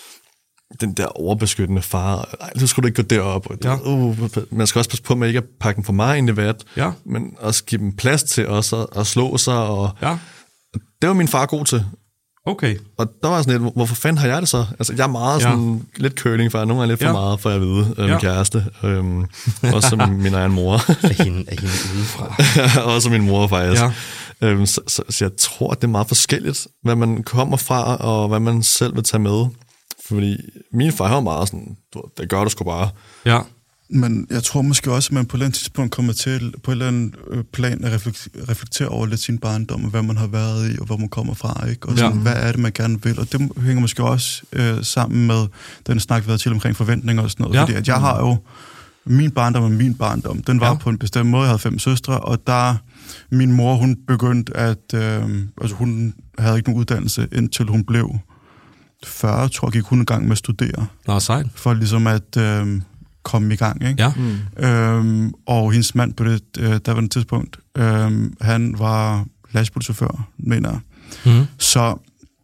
Den der overbeskyttende far. Ej, så skulle du ikke gå derop. Ja. Uh, man skal også passe på med ikke at pakke dem for meget ind i vat, ja. men også give dem plads til også at, at slå sig. Og ja. Det var min far god til. Okay. Og der var sådan lidt, hvorfor fanden har jeg det så? Altså, jeg er meget sådan, ja. lidt curling for, nogle er lidt for ja. meget, for jeg ved, øh, min ja. kæreste. Øhm, også som min egen mor. Er hende, er hende udefra? Også min mor, faktisk. Ja. Øhm, så, så, så jeg tror, at det er meget forskelligt, hvad man kommer fra, og hvad man selv vil tage med. Fordi min far var meget sådan, det gør du sgu bare. Ja. Men jeg tror måske også, at man på et eller andet tidspunkt kommer til på et eller andet plan at reflektere over lidt sin barndom, og hvad man har været i, og hvor man kommer fra, ikke? Og sådan, ja. hvad er det, man gerne vil? Og det hænger måske også øh, sammen med den snak, vi havde til omkring forventninger og sådan noget. Ja. Fordi at jeg har jo min barndom og min barndom. Den var ja. på en bestemt måde. Jeg havde fem søstre, og der min mor, hun begyndte at... Øh, altså hun havde ikke nogen uddannelse, indtil hun blev fyrre, tror jeg, gik hun i gang med at studere. Nå, sejt. For ligesom at... Øh, komme i gang, ikke? Ja. Mm. Øhm, og hendes mand på det øh, daværende tidspunkt, øhm, han var lastbilchauffør, mener jeg. Mm. Så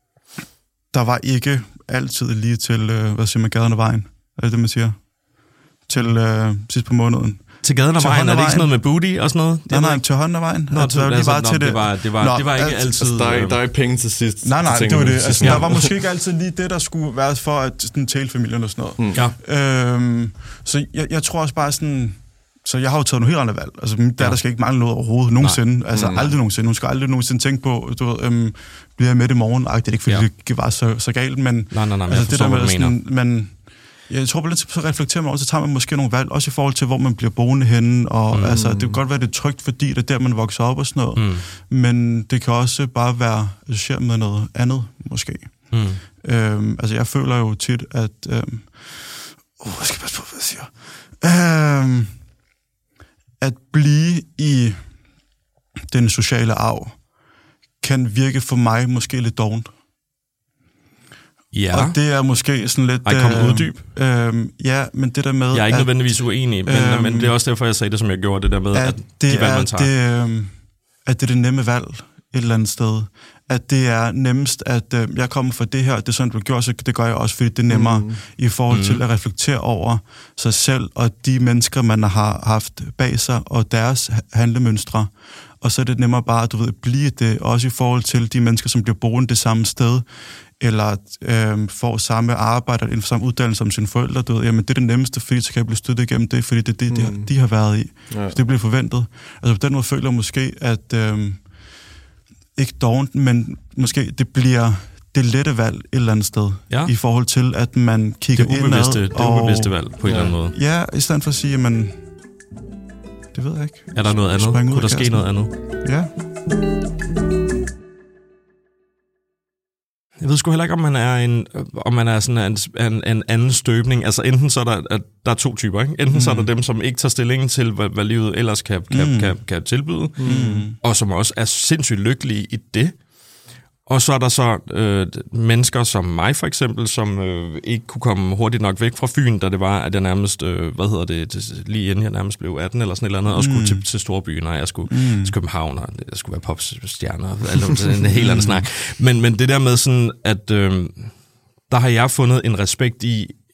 der var ikke altid lige til, øh, hvad siger man, gaden og vejen, er det det, man siger? Til øh, sidst på måneden. Til gaden og vejen? Er det ikke sådan noget med booty og sådan noget? Nej, nej, til hånden og vejen. Nå, altså, altså, bare nå, til det. Det var, det var, nå, det var ikke altid... Altså, der, er, der er ikke penge til sidst. Nej, nej, det var det. Altså, der var måske ikke altid lige det, der skulle være for at sådan, tale familien og sådan noget. Mm. Ja. Øhm, så jeg, jeg tror også bare sådan... Så jeg har jo taget nogle helt andre valg. Altså, min datter ja. skal ikke mangle noget overhovedet nogensinde. Nej. Altså, mm. aldrig nogensinde. Hun skal aldrig nogensinde tænke på, du ved, øhm, bliver jeg med i morgen? Ej, det er ikke, fordi ja. det var så, så galt, men... Nej, nej, nej, men altså, jeg forstår, hvad du mener. Men, jeg tror på lidt, så reflekterer man også, så tager man måske nogle valg, også i forhold til, hvor man bliver boende henne, og mm. altså, det kan godt være, det er trygt, fordi det er der, man vokser op og sådan noget, mm. men det kan også bare være associeret med noget andet, måske. Mm. Øhm, altså, jeg føler jo tit, at... Øhm, oh, jeg skal passe på, hvad jeg siger. Øhm, at blive i den sociale arv, kan virke for mig måske lidt dovent. Ja. Og det er måske sådan lidt... Ej, kom uddyb. Øh, ja, men det der med... Jeg er ikke at, nødvendigvis uenig, men, øh, men det er også derfor, jeg sagde det, som jeg gjorde, det der med, at, at det de valg, er, man tager. Det, øh, at det er det nemme valg et eller andet sted. At det er nemmest, at øh, jeg kommer fra det her, det er sådan, du gjorde, så det gør jeg også, fordi det er nemmere mm. i forhold mm. til at reflektere over sig selv, og de mennesker, man har haft bag sig, og deres handlemønstre. Og så er det nemmere bare, at du ved, blive det, også i forhold til de mennesker, som bliver boende det samme sted, eller øh, får samme arbejde, eller samme uddannelse som sine forældre, du ved, jamen det er det nemmeste, fordi så kan jeg blive støttet igennem det, fordi det er det, mm. de, de har været i. Ja. Så det bliver forventet. Altså på den måde føler jeg måske, at øh, ikke dovent, men måske det bliver det lette valg et eller andet sted, ja. i forhold til, at man kigger indad. Det er ubevidste valg på en ja. eller anden måde. Ja, i stedet for at sige, men det ved jeg ikke. Er der noget andet? Kunne der ske noget andet? Ja. Jeg ved sgu heller ikke, om man er en, om man er sådan en, en, en anden støbning. Altså enten så er der, der er to typer, ikke? Enten mm. så er der dem, som ikke tager stilling til, hvad, hvad livet ellers kan, kan, mm. kan, kan tilbyde, mm. og som også er sindssygt lykkelige i det. Og så er der så øh, mennesker som mig for eksempel, som øh, ikke kunne komme hurtigt nok væk fra Fyn, da det var, at jeg nærmest, øh, hvad hedder det, lige inden jeg nærmest blev atten eller sådan et eller andet, og mm. skulle til, til storbyen, og jeg skulle mm. til København, og jeg skulle være popstjerner, og en helt anden snak. Men, men det der med sådan, at øh, der har jeg fundet en respekt i,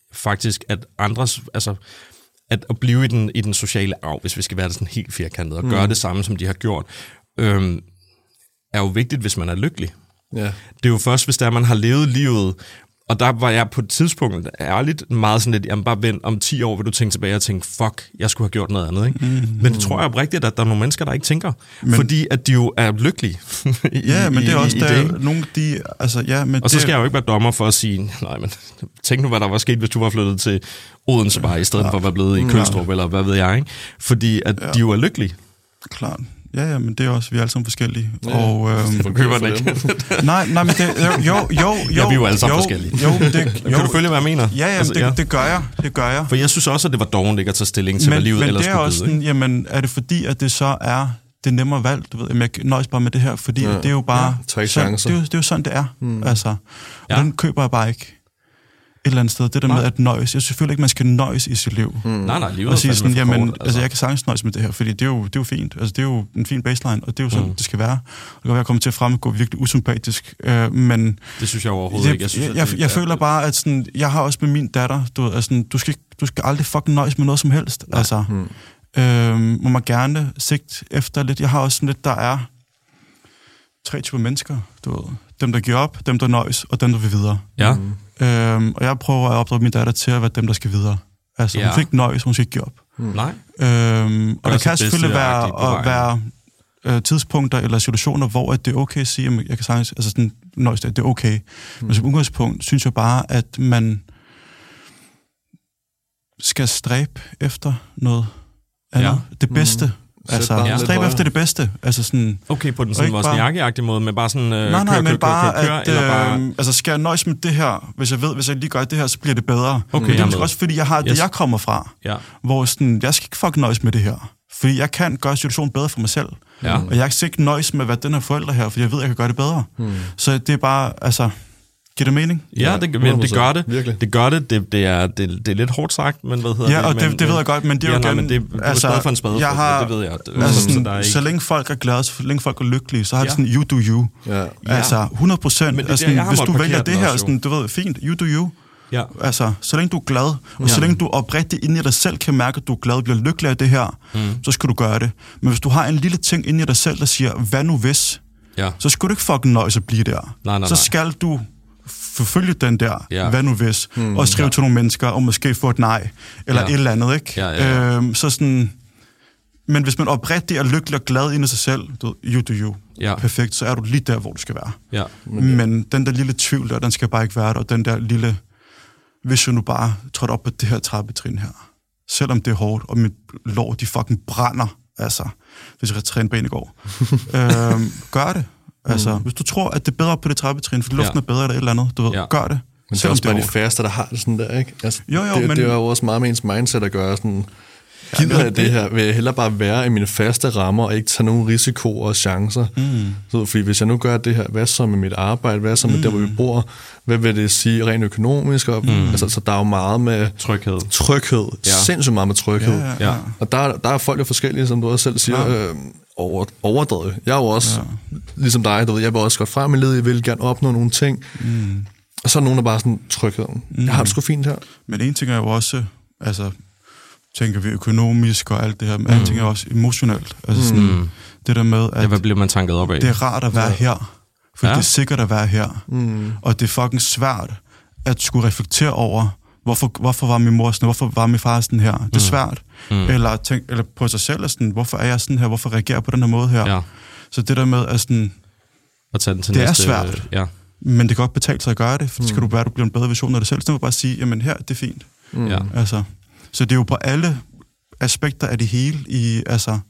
faktisk, at andres, altså, at, at blive i den, i den sociale arv, hvis vi skal være sådan helt firkantet, og mm. gøre det samme, som de har gjort, øhm, er jo vigtigt, hvis man er lykkelig. Ja. Det er jo først, hvis der man har levet livet, og der var jeg på et tidspunkt ærligt meget sådan lidt, jamen bare vent, om ti år vil du tænke tilbage og tænke, fuck, jeg skulle have gjort noget andet, ikke? Mm. Men det tror jeg oprigtigt, at der er nogle mennesker, der ikke tænker, men, fordi at de jo er lykkelige. i, ja, men det er også i, der, i det, nogle de, altså ja, men og så det, skal jeg jo ikke være dommer for at sige, nej, men tænk nu, hvad der var sket, hvis du var flyttet til Odense bare, i stedet ja. for at være blevet i Kølstrup, ja. eller hvad ved jeg, ikke? Fordi at ja. de jo er lykkelige. Klart. Ja, ja, men det er også, vi er alle sammen forskellige. Ja, og, øhm, køber den ikke. nej, nej, men det, jo, jo, jo. Ja, vi er jo alle sammen jo, forskellige. Jo, det, jo. Kan du følge, hvad jeg mener? Ja, ja, altså, det, ja. det gør jeg, det gør jeg. For jeg synes også, at det var dårligt ikke at tage stilling til, men, hvad livet ellers skulle byde. Men det er også sådan, jamen, er det fordi, at det så er det nemmere valg, du ved, jamen, jeg nøjes bare med det her, fordi ja. det er jo bare, ja, sådan, det, er jo, det er jo sådan, det er, mm. altså. Og ja. den køber jeg bare ikke. Et eller andet sted. Det der nej. med at nøjes. Jeg synes selvfølgelig ikke, man skal nøjes i sit liv. Mm. Nej, nej, livet og sige sådan, jamen, kort, altså. altså, jeg kan sagtens nøjes med det her, fordi det er jo, det er jo fint. Altså, det er jo en fin baseline, og det er jo sådan, mm. det skal være. Og det kan være, at jeg kommer til at fremgå virkelig usympatisk, øh, men... Det synes jeg overhovedet det, ikke. Jeg, synes, jeg, jeg, jeg, jeg føler bare, at sådan, jeg har også med min datter, du ved, altså, du skal, du skal aldrig fucking nøjes med noget som helst. Nej. Altså, mm. øh, må man gerne sigte efter lidt. Jeg har også sådan lidt, der er tre typer mennesker, du ved. Dem, der giver op, dem, der nøjes, og dem, der vil videre. Ja. Mm. Øhm, og jeg prøver at opdrage min datter til at være dem, der skal videre. Altså, ja. hun fik nøjes, hun skal ikke give op. Mm. Nej. Øhm, og der kan selvfølgelig være, at være øh, tidspunkter eller situationer, hvor at det er okay at sige, at jeg kan sagtens, altså sådan, nøjes, det er okay. Mm. Men som udgangspunkt, synes jeg bare, at man skal stræbe efter noget andet. Ja. Det bedste. Mm. Altså, ja. stræbe efter det bedste. Altså sådan, okay, på den sådan Wozniacki-agtige måde, men bare sådan øh, nej, nej, kør, men kør, bare, kør, kør, at, eller bare... Øh, altså, skal jeg nøjes med det her, hvis jeg ved, hvis jeg lige gør det her, så bliver det bedre. Okay, men det er måske også, fordi jeg har yes. det, jeg kommer fra. Ja. Hvor sådan, jeg skal ikke fucking nøjes med det her. Fordi jeg kan gøre situationen bedre for mig selv. Ja. Og jeg skal ikke nøjes med, hvad den her forældre her, fordi jeg ved, at jeg kan gøre det bedre. Hmm. Så det er bare, altså... Giver det mening? Ja, det, men det gør det. Virkelig. Det gør det. Det, det, er, det, det er lidt hårdt sagt, men hvad hedder ja, det? og men, det, det ved jeg godt, men det er ja, jo nej, igen... men det, det altså, er for en spade, jeg har, det ved jeg. Det, altså, sådan, sådan, så, ikke... så længe folk er glade, så længe folk er lykkelige, så har det ja. sådan, you do you. Ja. Altså, hundrede procent. Altså, der, hvis du vælger det her, sådan, du ved, fint, you do you. Ja. Altså, så længe du er glad, og ja. så længe du oprigtigt inde i dig selv kan mærke, at du er glad og bliver lykkelig af det her, mm. så skal du gøre det. Men hvis du har en lille ting inde i dig selv, der siger, hvad nu hvis, ja. så skal du ikke fucking nøjes at blive der. Nej, nej, så skal du forfølge den der, ja. hvad nu hvis, mm, og skrive ja. til nogle mennesker, og måske få et nej, eller ja. et eller andet, ikke? Ja, ja, ja. Øhm, så sådan, men hvis man oprigtigt er lykkelig og glad inde i sig selv, du, you do you, ja. perfekt, så er du lige der, hvor du skal være. Ja. Men, men den der lille tvivl der, den skal bare ikke være der, og den der lille, hvis jeg nu bare trådte op på det her trappetrin her, selvom det er hårdt, og mit lår, de fucking brænder, altså, hvis jeg træner ben i går, øhm, gør det. Altså, mm. hvis du tror, at det er bedre på det trappetrin, fordi luften ja. er bedre eller et eller andet, du ved, ja. gør det. Men det er også bare de færreste, der har det sådan der, ikke? Altså, jo, jo, det, men... det er jo også meget med ens mindset at gøre sådan, gider ja, jeg det her, vil jeg hellere bare være i mine faste rammer, og ikke tage nogen risikoer og chancer. Mm. Så, fordi hvis jeg nu gør det her, hvad så med mit arbejde, hvad så med mm. der, hvor vi bor, hvad vil det sige rent økonomisk? Og, mm. altså, så der er jo meget med... Tryghed. Tryghed. Ja. Sindssygt meget med tryghed. Ja, ja, ja. Og der, der er folk jo forskellige, som du også selv siger, ja. øh, over, overdrevet. Jeg er jo også, ja. ligesom dig, du ved, jeg vil også godt frem i livet, jeg vil gerne opnå nogle ting. Mm. Og så er nogen, der bare sådan, trygheden. Mm. Jeg har det sgu fint her. Men en ting er jo også, altså, tænker vi økonomisk og alt det her, men mm. en ting er også emotionelt. Altså sådan, mm. det der med, at... Ja, hvad bliver man tanket op af? Det er rart at være ja. her, for ja. det er sikkert at være her. Mm. Og det er fucking svært at skulle reflektere over, Hvorfor, hvorfor var min mor sådan, hvorfor var min far sådan her? Det er mm. svært. Mm. Eller, tænk, eller på sig selv, sådan, hvorfor er jeg sådan her? Hvorfor reagerer jeg på den her måde her? Ja. Så det der med, at sådan, at tage den til det næste, er svært, ja. men det kan godt betale sig at gøre det, for mm. så skal du være, du bliver en bedre version af dig selv. Så vil bare sige, jamen her, det er fint. Mm. Ja. Altså, så det er jo på alle aspekter af det hele i, altså,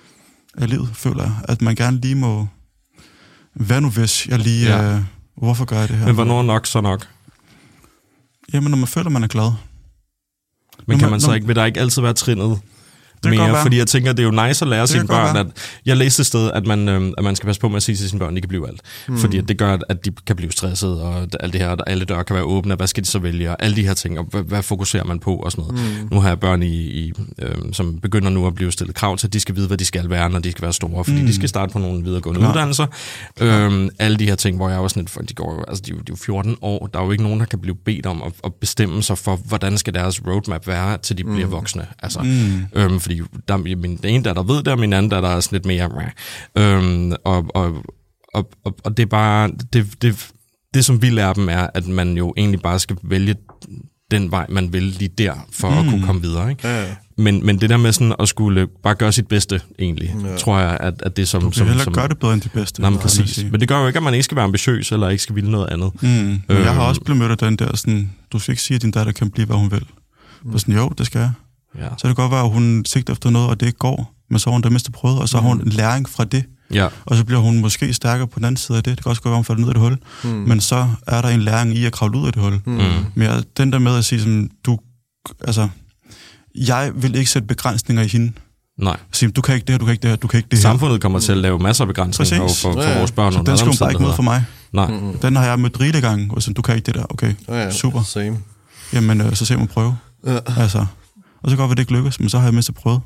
af livet, føler jeg, at man gerne lige må, hvad nu hvis jeg lige, ja. øh, hvorfor gør jeg det her? Men hvornår nok så nok? Jamen, når man føler, man er glad. Men kan man, man så ikke, vil der ikke altid være trinnet mere, fordi jeg tænker, det er jo nice at lære sine børn, være. at jeg læste et sted, at man, øh, at man skal passe på med at sige til sine børn, at de kan blive alt. Mm. Fordi at det gør, at de kan blive stresset, og alt det her, og alle døre kan være åbne, hvad skal de så vælge, og alle de her ting, og hvad, hvad fokuserer man på, og sådan noget. Mm. Nu har jeg børn, i, i, øh, som begynder nu at blive stillet krav til, at de skal vide, hvad de skal være, når de skal være store, fordi mm. de skal starte på nogle videregående Klar. uddannelser. Øh, alle de her ting, hvor jeg også sådan lidt, de går altså de, de er jo fjorten år, der er jo ikke nogen, der kan blive bedt om at, at bestemme sig for, hvordan skal deres roadmap være, til de bliver mm. voksne. Altså, mm. øhm, fordi der, min, den ene der, der ved det, og min anden der, der er sådan lidt mere... Øhm, og, og, og, og, og det er bare... Det, det, det, som vi lærer dem, er, at man jo egentlig bare skal vælge den vej, man vil lige der, for mm. at kunne komme videre. Ikke? Ja, ja. Men, men det der med sådan at skulle bare gøre sit bedste, egentlig, ja. tror jeg, at, at det som... Du kan som, heller som, gøre det bedre end det bedste. Nej, men præcis. Men det gør jo ikke, at man ikke skal være ambitiøs, eller ikke skal ville noget andet. Mm. Men øhm, jeg har også blevet mødt af den der sådan, du skal ikke sige, at din datter kan blive, hvad hun vil. Mm. Sådan, jo, det skal jeg. Ja. Så det kan godt være, at hun sigter efter noget, og det ikke går, men så har hun det mindste prøvet, og så har hun en læring fra det. Ja. Og så bliver hun måske stærkere på den anden side af det. Det kan også godt være, at hun falder ned i det hul. Mm. Men så er der en læring i at kravle ud af det hul. Mm. Men den der med at sige, sådan, du, altså, jeg vil ikke sætte begrænsninger i hende. Nej. Sige, du kan ikke det her, du kan ikke det her, du kan ikke det her. Samfundet kommer til at lave masser af begrænsninger for, for, for vores børn. Så den skal hun bare ikke møde for mig. Nej. Mm. Den har jeg mødt rigelige gange, og sådan, du kan ikke det der. Okay, ja, ja. Super. Same. Jamen, øh, så ser man prøve. Ja. Altså, og så går det ikke lykkes, men så har jeg mindst prøvet.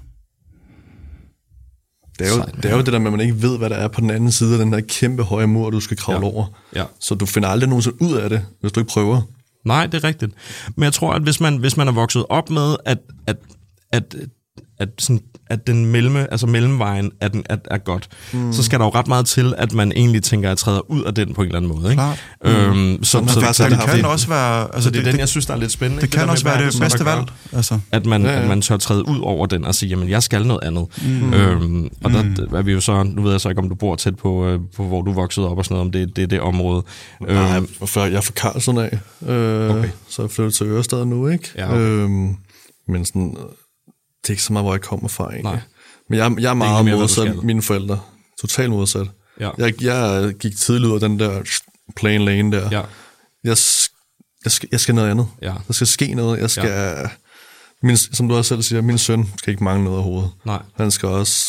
Det er, jo, det er jo det der med, at man ikke ved, hvad der er på den anden side af den der kæmpe høje mur, du skal kravle ja. over. Ja. Så du finder aldrig nogensinde ud af det, hvis du ikke prøver. Nej, det er rigtigt. Men jeg tror, at hvis man, hvis man er vokset op med, at, at, at, at, sådan, at den mellem, altså mellemvejen er, den, er, er godt, mm. så skal der jo ret meget til, at man egentlig tænker, at jeg træder ud af den på en eller anden måde. Ikke? Mm. Øhm, så, så, så, så det kan det, også være... Altså det er det, den, jeg synes, der er lidt spændende. Det, det kan også være det bedste valg. Altså. At, man, ja, ja. at man tør træde ud over den og sige, jamen, jeg skal noget andet. Mm. Øhm, og der mm. er vi jo så... Nu ved jeg så ikke, om du bor tæt på, på hvor du voksede op og sådan noget, om det, det er det område. Nej, øhm, jeg er fra Karlsson af, øh, okay. så jeg flyttet til Ørestad nu, ikke? Ja, okay. øhm, men sådan... Det er ikke så meget, hvor jeg kommer fra, egentlig. Nej. Men jeg, jeg er meget mere, modsat mine forældre. Totalt modsat. Ja. Jeg, jeg gik tidligt ud af den der plain lane der. Ja. Jeg, jeg, skal, jeg skal noget andet. Ja. Der skal ske noget. Jeg skal... Ja. Min, som du også selv siger, min søn skal ikke mangle noget overhovedet. Nej. Han skal også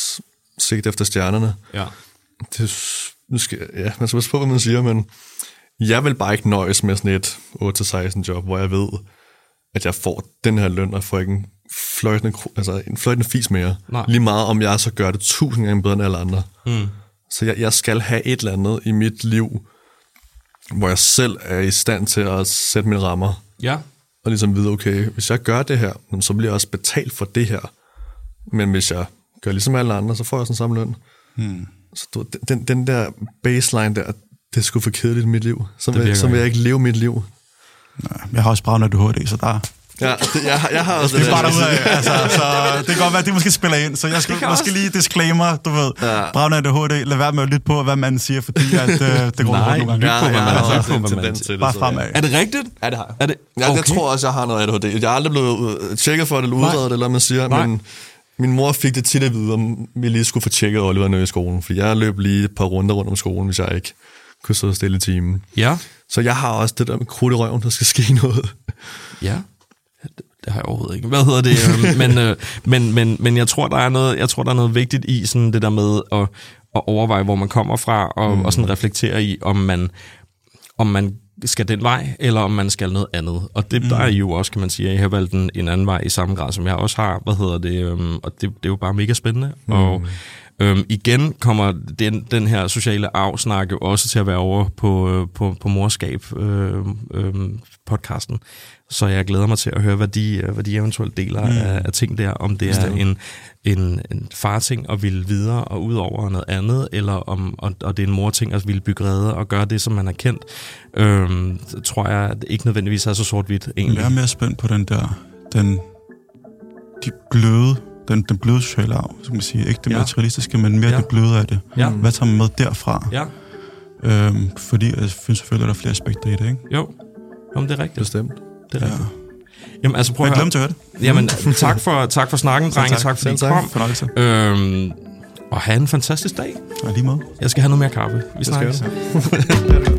sigte efter stjernerne. Ja. Det, nu skal, ja, man skal passe på, hvad man siger, men jeg vil bare ikke nøjes med sådan et otte til seksten job, hvor jeg ved, at jeg får den her løn, og får ikke en fløjtende, altså en fløjtende fis mere. Nej. Lige meget, om jeg så gør det tusind gange bedre end alle andre. Mm. Så jeg, jeg skal have et eller andet i mit liv, hvor jeg selv er i stand til at sætte mine rammer. Ja. Og ligesom vide, okay, hvis jeg gør det her, så bliver jeg også betalt for det her. Men hvis jeg gør ligesom alle andre, så får jeg sådan samme løn. Mm. Så du, den, den der baseline der, det er sgu for kedeligt i mit liv. Så vil, så vil jeg ikke leve mit liv. Nej, jeg har også bravnet A D H D, så der... Ja, det, jeg, jeg har også det. Er bare derude af, altså, så det kan godt være, at det måske spiller ind, så jeg skal måske også lige disclaimer, du ved, ja. Bravner A D H D, lad være med at lytte på, hvad man siger, fordi at, uh, det går nej, nogle gange. Nej, på, hvad man har altså, en tendens til det. Bare fremad. Er det rigtigt? Ja, det har jeg. Er det? Okay. Jeg, jeg tror også, jeg har noget A D H D. Jeg har aldrig blevet tjekket for det, eller udredet, eller hvad man siger, nej. Men min mor fik det tit at vide, om vi lige skulle få tjekket Oliver nede i skolen, for jeg løb lige et par runder rundt om skolen, hvis jeg ikke kunne sidde stille i timen. Ja. Så jeg har også det der med krudt i røven, der skal ske noget. Ja. Det har jeg overhovedet ikke. Hvad hedder det? men, øh, men, men, men jeg tror, der er noget, jeg tror, der er noget vigtigt i sådan det der med at, at overveje, hvor man kommer fra, og, mm. og sådan reflektere i, om man, om man skal den vej, eller om man skal noget andet. Og det mm. der er jo også, kan man sige, at jeg har valgt en, en anden vej i samme grad, som jeg også har. Hvad hedder det? Øhm, og det, det er jo bare mega spændende. Mm. Og øhm, igen kommer den, den her sociale arv-snak jo også til at være over på, på, på morskab øh, øh, podcasten. Så jeg glæder mig til at høre, hvad de, hvad de eventuelt deler mm. af, af ting der, om det er en, en, en farting at ville videre og ud over noget andet, eller om og, og det er en morting at ville bygge redder og gøre det, som man har kendt. Øhm, tror jeg at det ikke nødvendigvis er så sort-hvidt egentlig. Jeg er mere spændt på den der, den, de bløde, den, den bløde sociale arv, som man siger. Ikke det ja. materialistiske, men mere ja. det bløde af det. Ja. Hvad tager man med derfra? Ja. Øhm, fordi jeg synes selvfølgelig, at der er flere aspekter i det, ikke? Jo, Jamen, det er rigtigt. Bestemt. Det er rigtigt. Ja. Jamen, altså, prøv jeg glemte at høre det. Jamen, tak for, tak for snakken, drenge. Tak, tak fordi I kom. Fornøjelse. Øhm, og have en fantastisk dag. Ja, lige måde. Jeg skal have noget mere kaffe. Vi snakkes.